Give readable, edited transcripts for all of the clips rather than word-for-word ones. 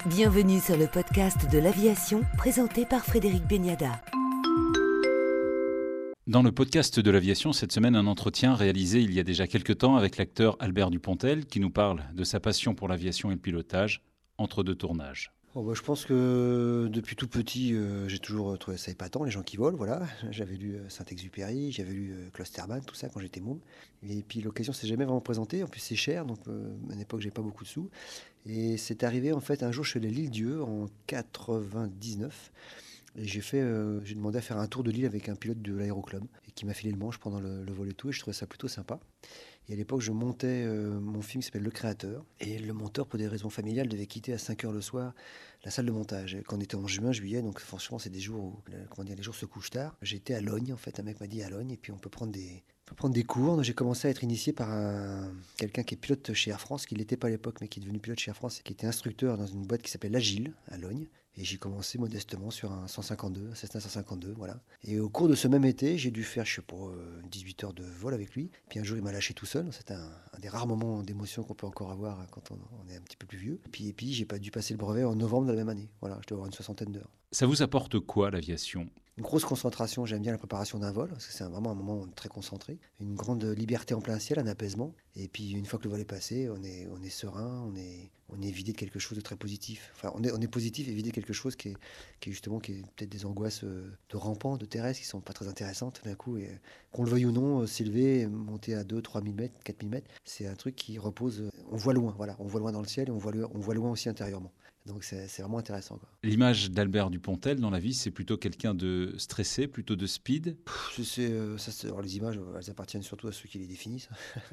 Bienvenue sur le podcast de l'aviation présenté par Frédéric Beniada. Dans le podcast de l'aviation, cette semaine, un entretien réalisé il y a déjà quelques temps avec l'acteur Albert Dupontel qui nous parle de sa passion pour l'aviation et le pilotage entre deux tournages. Je pense que depuis tout petit, j'ai toujours trouvé ça épatant, les gens qui volent, voilà. J'avais lu Saint-Exupéry, j'avais lu Klosterman, tout ça quand j'étais môme. Et puis l'occasion s'est jamais vraiment présentée, en plus c'est cher, donc à une époque j'ai pas beaucoup de sous. Et c'est arrivé en fait un jour, je suis allé à l'Île-Dieu en 99. Et j'ai demandé à faire un tour de l'île avec un pilote de l'aéroclub et qui m'a filé le manche pendant le vol et tout, et je trouvais ça plutôt sympa. Et à l'époque, je montais mon film qui s'appelle Le Créateur, et le monteur, pour des raisons familiales, devait quitter à 5h le soir la salle de montage. Et quand on était en juin, juillet, donc franchement, c'est des jours où les jours se couchent tard. J'étais à Logne, en fait, un mec m'a dit à Logne, et puis on peut prendre des cours. Donc j'ai commencé à être initié par quelqu'un qui est pilote chez Air France, qui ne l'était pas à l'époque, mais qui est devenu pilote chez Air France, et qui était instructeur dans une boîte qui s'appelle l'Agile, à Logne. Et j'ai commencé modestement sur un 152, un Cessna 152, voilà. Et au cours de ce même été, j'ai dû faire, 18 heures de vol avec lui. Puis un jour, il m'a lâché tout seul. C'était un des rares moments d'émotion qu'on peut encore avoir quand on est un petit peu plus vieux. Et puis j'ai pas dû passer le brevet en novembre de la même année. Voilà, je dois avoir une soixantaine d'heures. Ça vous apporte quoi, l'aviation ? Une grosse concentration, j'aime bien la préparation d'un vol, parce que c'est vraiment un moment très concentré. Une grande liberté en plein ciel, un apaisement. Et puis une fois que le vol est passé, on est serein, on est vidé de quelque chose de très positif. Enfin, on est positif et vidé de quelque chose qui est peut-être des angoisses de rampant, de terrestre, qui sont pas très intéressantes d'un coup. Et qu'on le veuille ou non, s'élever, monter à 2-3 000 mètres, 4 000 mètres, c'est un truc qui repose, on voit loin, voilà. On voit loin dans le ciel et on voit loin aussi intérieurement. Donc c'est vraiment intéressant, quoi. L'image d'Albert Dupontel dans la vie, c'est plutôt quelqu'un de stressé, plutôt de speed ? Alors les images, elles appartiennent surtout à ceux qui les définissent.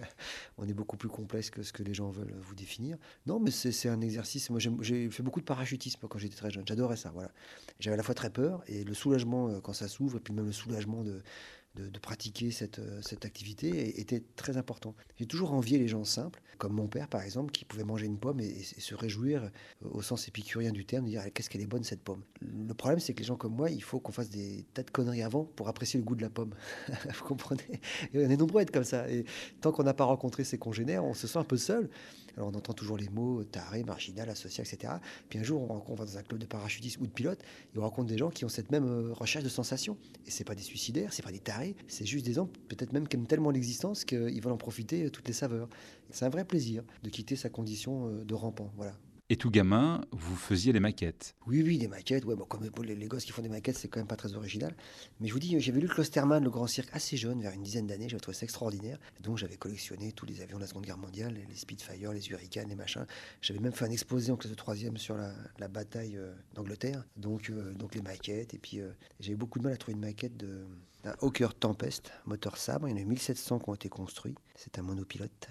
On est beaucoup plus complexe que ce que les gens veulent vous définir. Non, mais c'est un exercice. Moi, j'ai fait beaucoup de parachutisme quand j'étais très jeune. J'adorais ça, voilà. J'avais à la fois très peur et le soulagement quand ça s'ouvre, et puis même le soulagement de pratiquer cette activité était très important. J'ai toujours envié les gens simples, comme mon père par exemple, qui pouvait manger une pomme et se réjouir au sens épicurien du terme, de dire qu'est-ce qu'elle est bonne cette pomme. Le problème, c'est que les gens comme moi, il faut qu'on fasse des tas de conneries avant pour apprécier le goût de la pomme. Vous comprenez ? Et on est nombreux à être comme ça. Et tant qu'on n'a pas rencontré ses congénères, on se sent un peu seul. Alors on entend toujours les mots taré, marginal, asocial, etc. Puis un jour, on va dans un club de parachutistes ou de pilotes et on rencontre des gens qui ont cette même recherche de sensations. Et c'est pas des suicidaires, c'est pas des tarés, c'est juste des gens peut-être même qui aiment tellement l'existence qu'ils veulent en profiter toutes les saveurs. C'est un vrai plaisir de quitter sa condition de rampant, voilà. Et tout gamin, vous faisiez les maquettes. Oui, des maquettes. Ouais, bon, comme les gosses qui font des maquettes, c'est quand même pas très original. Mais je vous dis, j'avais lu le Klosterman, le grand cirque, assez jeune, vers une dizaine d'années. J'avais trouvé ça extraordinaire. Donc j'avais collectionné tous les avions de la Seconde Guerre mondiale, les Spitfire, les Hurricanes, les machins. J'avais même fait un exposé en classe de 3e sur la bataille d'Angleterre. Donc les maquettes. Et puis j'avais beaucoup de mal à trouver une maquette d'un Hawker Tempest, moteur Sabre. Il y en a eu 1700 qui ont été construits. C'est un monopilote.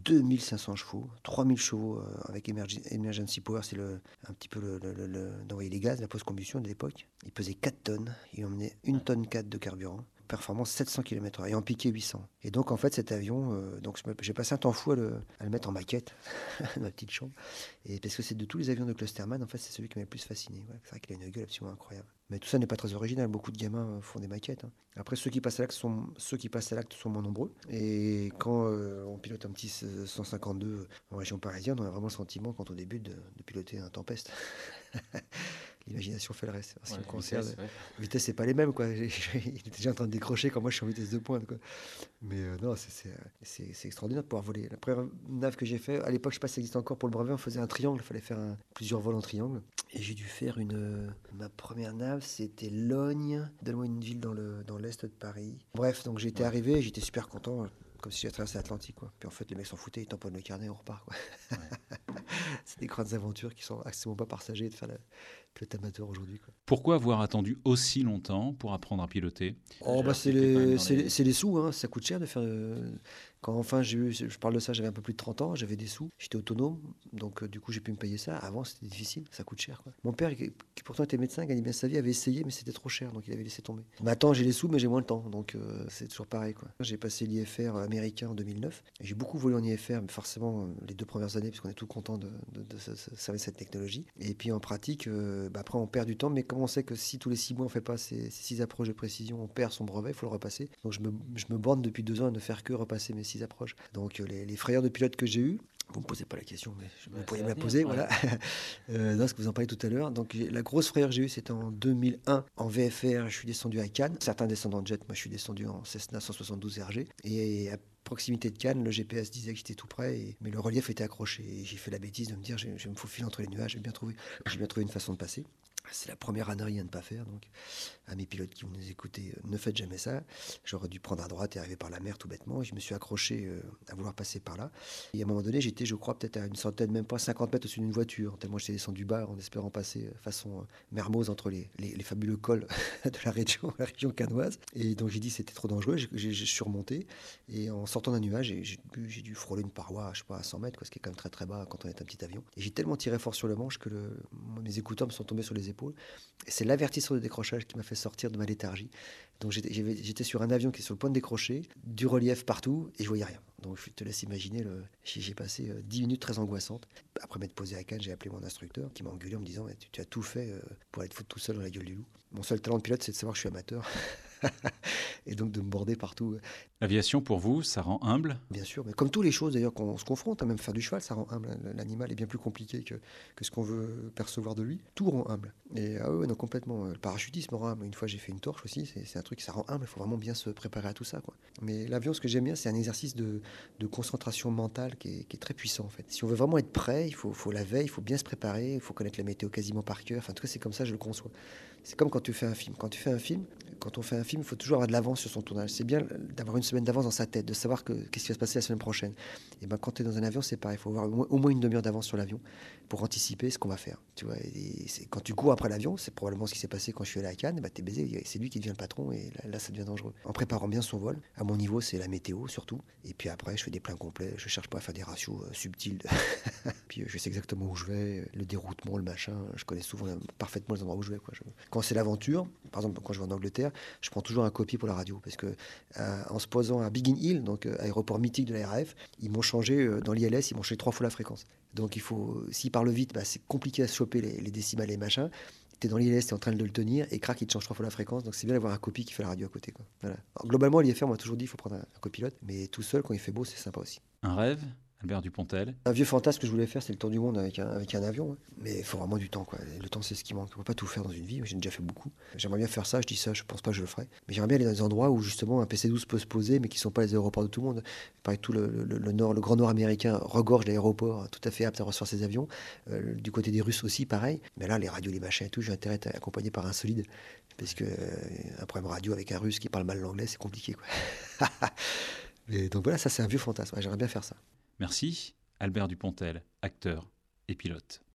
2500 chevaux, 3000 chevaux avec Emergency Power, c'est un petit peu d'envoyer les gaz, la post-combustion de l'époque. Il pesait 4 tonnes, il emmenait 1 tonne 4 de carburant. Performance 700 km/h et en piqué 800. Et donc en fait cet avion, j'ai passé un temps fou à le mettre en maquette dans ma petite chambre. Et parce que c'est de tous les avions de Klosterman, en fait c'est celui qui m'a le plus fasciné. Voilà, c'est vrai qu'il a une gueule absolument incroyable. Mais tout ça n'est pas très original, beaucoup de gamins font des maquettes. Après ceux qui passent à l'acte sont moins nombreux. Et quand on pilote un petit 152 en région parisienne, on a vraiment le sentiment quand on débute de piloter un Tempest. L'imagination fait le reste. En ce qui me concerne, vitesse, c'est pas les mêmes, quoi. Il était déjà en train de décrocher quand moi je suis en vitesse de pointe, quoi. Mais non, c'est extraordinaire de pouvoir voler. La première nave que j'ai fait, à l'époque, je sais pas si ça existe encore pour le brevet, on faisait un triangle, il fallait faire plusieurs vols en triangle. Et j'ai dû faire ma première nave, c'était Logne, donne-moi une ville dans l'est de Paris. Bref, donc j'étais arrivé, j'étais super content, comme si j'avais traversé l'Atlantique, quoi. Puis en fait, les mecs s'en foutaient, ils tamponnent le carnet, on repart, quoi. Ouais. C'est des grandes aventures qui sont absolument pas partagées de faire le pilote amateur aujourd'hui, quoi. Pourquoi avoir attendu aussi longtemps pour apprendre à piloter ? C'est les sous, hein. Ça coûte cher de faire. Quand enfin je parle de ça, j'avais un peu plus de 30 ans, j'avais des sous, j'étais autonome, donc du coup j'ai pu me payer ça. Avant c'était difficile, ça coûte cher, quoi. Mon père, qui pourtant était médecin, gagnait bien sa vie, avait essayé, mais c'était trop cher, donc il avait laissé tomber. Maintenant j'ai les sous, mais j'ai moins le temps, donc c'est toujours pareil, quoi. J'ai passé l'IFR américain en 2009, et j'ai beaucoup volé en IFR, mais forcément les 2 premières années, parce qu'on est tout content de servir cette technologie. Et puis en pratique, après on perd du temps, mais comme on sait que si tous les 6 mois on fait pas ces 6 approches de précision, on perd son brevet, il faut le repasser. Donc je me borne depuis 2 ans à ne faire que repasser mes 6 approches. Donc les frayeurs de pilote que j'ai eues, Vous ne me posez pas la question, mais vous pourriez me la poser, voilà. Non, ce que vous en parlez tout à l'heure. Donc, la grosse frayeur que j'ai eue, c'était en 2001. En VFR, je suis descendu à Cannes. Certains descendent en jet, moi je suis descendu en Cessna 172 RG. Et à proximité de Cannes, le GPS disait que j'étais tout près, mais le relief était accroché. Et j'ai fait la bêtise de me dire, je vais me faufiler entre les nuages, j'ai bien trouvé une façon de passer. C'est la première ânerie à ne pas faire, donc à mes pilotes qui vont nous écouter, ne faites jamais ça. J'aurais dû prendre à droite et arriver par la mer tout bêtement, et je me suis accroché à vouloir passer par là. Et à un moment donné, j'étais, je crois, peut-être à une centaine, même pas 50 mètres au-dessus d'une voiture, tellement j'étais descendu bas en espérant passer façon Mermoz entre les fabuleux cols de la région cannoise. Et donc j'ai dit c'était trop dangereux, j'ai surmonté, et en sortant d'un nuage, j'ai dû frôler une paroi, je sais pas, à 100 mètres, quoi, ce qui est quand même très très bas quand on est un petit avion. Et j'ai tellement tiré fort sur le manche que mes écouteurs me sont tombés sur les épaules. Et c'est l'avertisseur de décrochage qui m'a fait sortir de ma léthargie. Donc j'étais sur un avion qui est sur le point de décrocher, du relief partout, et je voyais rien. Donc je te laisse imaginer, j'ai passé 10 minutes très angoissantes. Après m'être posé à Cannes, j'ai appelé mon instructeur qui m'a engueulé en me disant tu as tout fait pour être foutu tout seul dans la gueule du loup. Mon seul talent de pilote, c'est de savoir que je suis amateur. Et donc de me border partout. L'aviation, pour vous, ça rend humble? Bien sûr, mais comme toutes les choses d'ailleurs qu'on se confronte, même faire du cheval, ça rend humble. L'animal est bien plus compliqué que ce qu'on veut percevoir de lui. Tout rend humble. Et non, complètement. Le parachutisme rend humble. Une fois, j'ai fait une torche aussi. C'est un truc, ça rend humble. Il faut vraiment bien se préparer à tout ça, quoi. Mais l'avion, ce que j'aime bien, c'est un exercice de concentration mentale qui est très puissant, en fait. Si on veut vraiment être prêt, il faut la veille, il faut bien se préparer, il faut connaître la météo quasiment par cœur. Enfin, en tout cas, c'est comme ça que je le conçois. C'est comme quand tu fais un film. Quand on fait un film, il faut toujours avoir de l'avance sur son tournage. C'est bien d'avoir une semaine d'avance dans sa tête, de savoir qu'est-ce qui va se passer la semaine prochaine. Et ben, quand tu es dans un avion, c'est pareil. Il faut avoir au moins une demi-heure d'avance sur l'avion pour anticiper ce qu'on va faire. Tu vois, quand tu cours après l'avion, c'est probablement ce qui s'est passé quand je suis allé à Cannes. Ben, t'es baisé, c'est lui qui devient le patron, et là, ça devient dangereux. En préparant bien son vol, à mon niveau, c'est la météo surtout. Et puis après, je fais des pleins complets. Je cherche pas à faire des ratios subtils. Puis je sais exactement où je vais, le déroutement, le machin. Je connais souvent parfaitement les endroits où je vais, quoi. Quand c'est l'aventure, par exemple, quand je vais en Angleterre, je prends toujours un copie pour la radio, parce que en se posant à Biggin Hill, donc aéroport mythique de la RAF, ils m'ont changé dans l'ILS, ils m'ont changé 3 fois la fréquence. Donc s'ils parlent vite, bah, c'est compliqué à se choper les décimales et machin. T'es dans l'ILS, t'es en train de le tenir, et crac, il te change 3 fois la fréquence. Donc c'est bien d'avoir un copie qui fait la radio à côté, quoi. Voilà. Alors, globalement, l'IFR m'a toujours dit il faut prendre un copilote, mais tout seul, quand il fait beau, c'est sympa aussi. Un rêve, Albert Dupontel? Un vieux fantasme que je voulais faire, c'est le tour du monde avec un avion. Hein. Mais il faut vraiment du temps, quoi. Le temps, c'est ce qui manque. On ne peut pas tout faire dans une vie. J'ai déjà fait beaucoup. J'aimerais bien faire ça. Je dis ça, je pense pas que je le ferai. Mais j'aimerais bien aller dans des endroits où justement un PC-12 peut se poser, mais qui ne sont pas les aéroports de tout le monde. Pareil, tout le nord, le grand nord américain regorge d'aéroports tout à fait aptes à recevoir ses avions. Du côté des Russes aussi, pareil. Mais là, les radios, les machins et tout, j'ai intérêt à être accompagné par un solide. Parce que un problème radio avec un Russe qui parle mal l'anglais, c'est compliqué, quoi. Et donc voilà, ça, c'est un vieux fantasme. Ouais, j'aimerais bien faire ça. Merci. Albert Dupontel, acteur et pilote.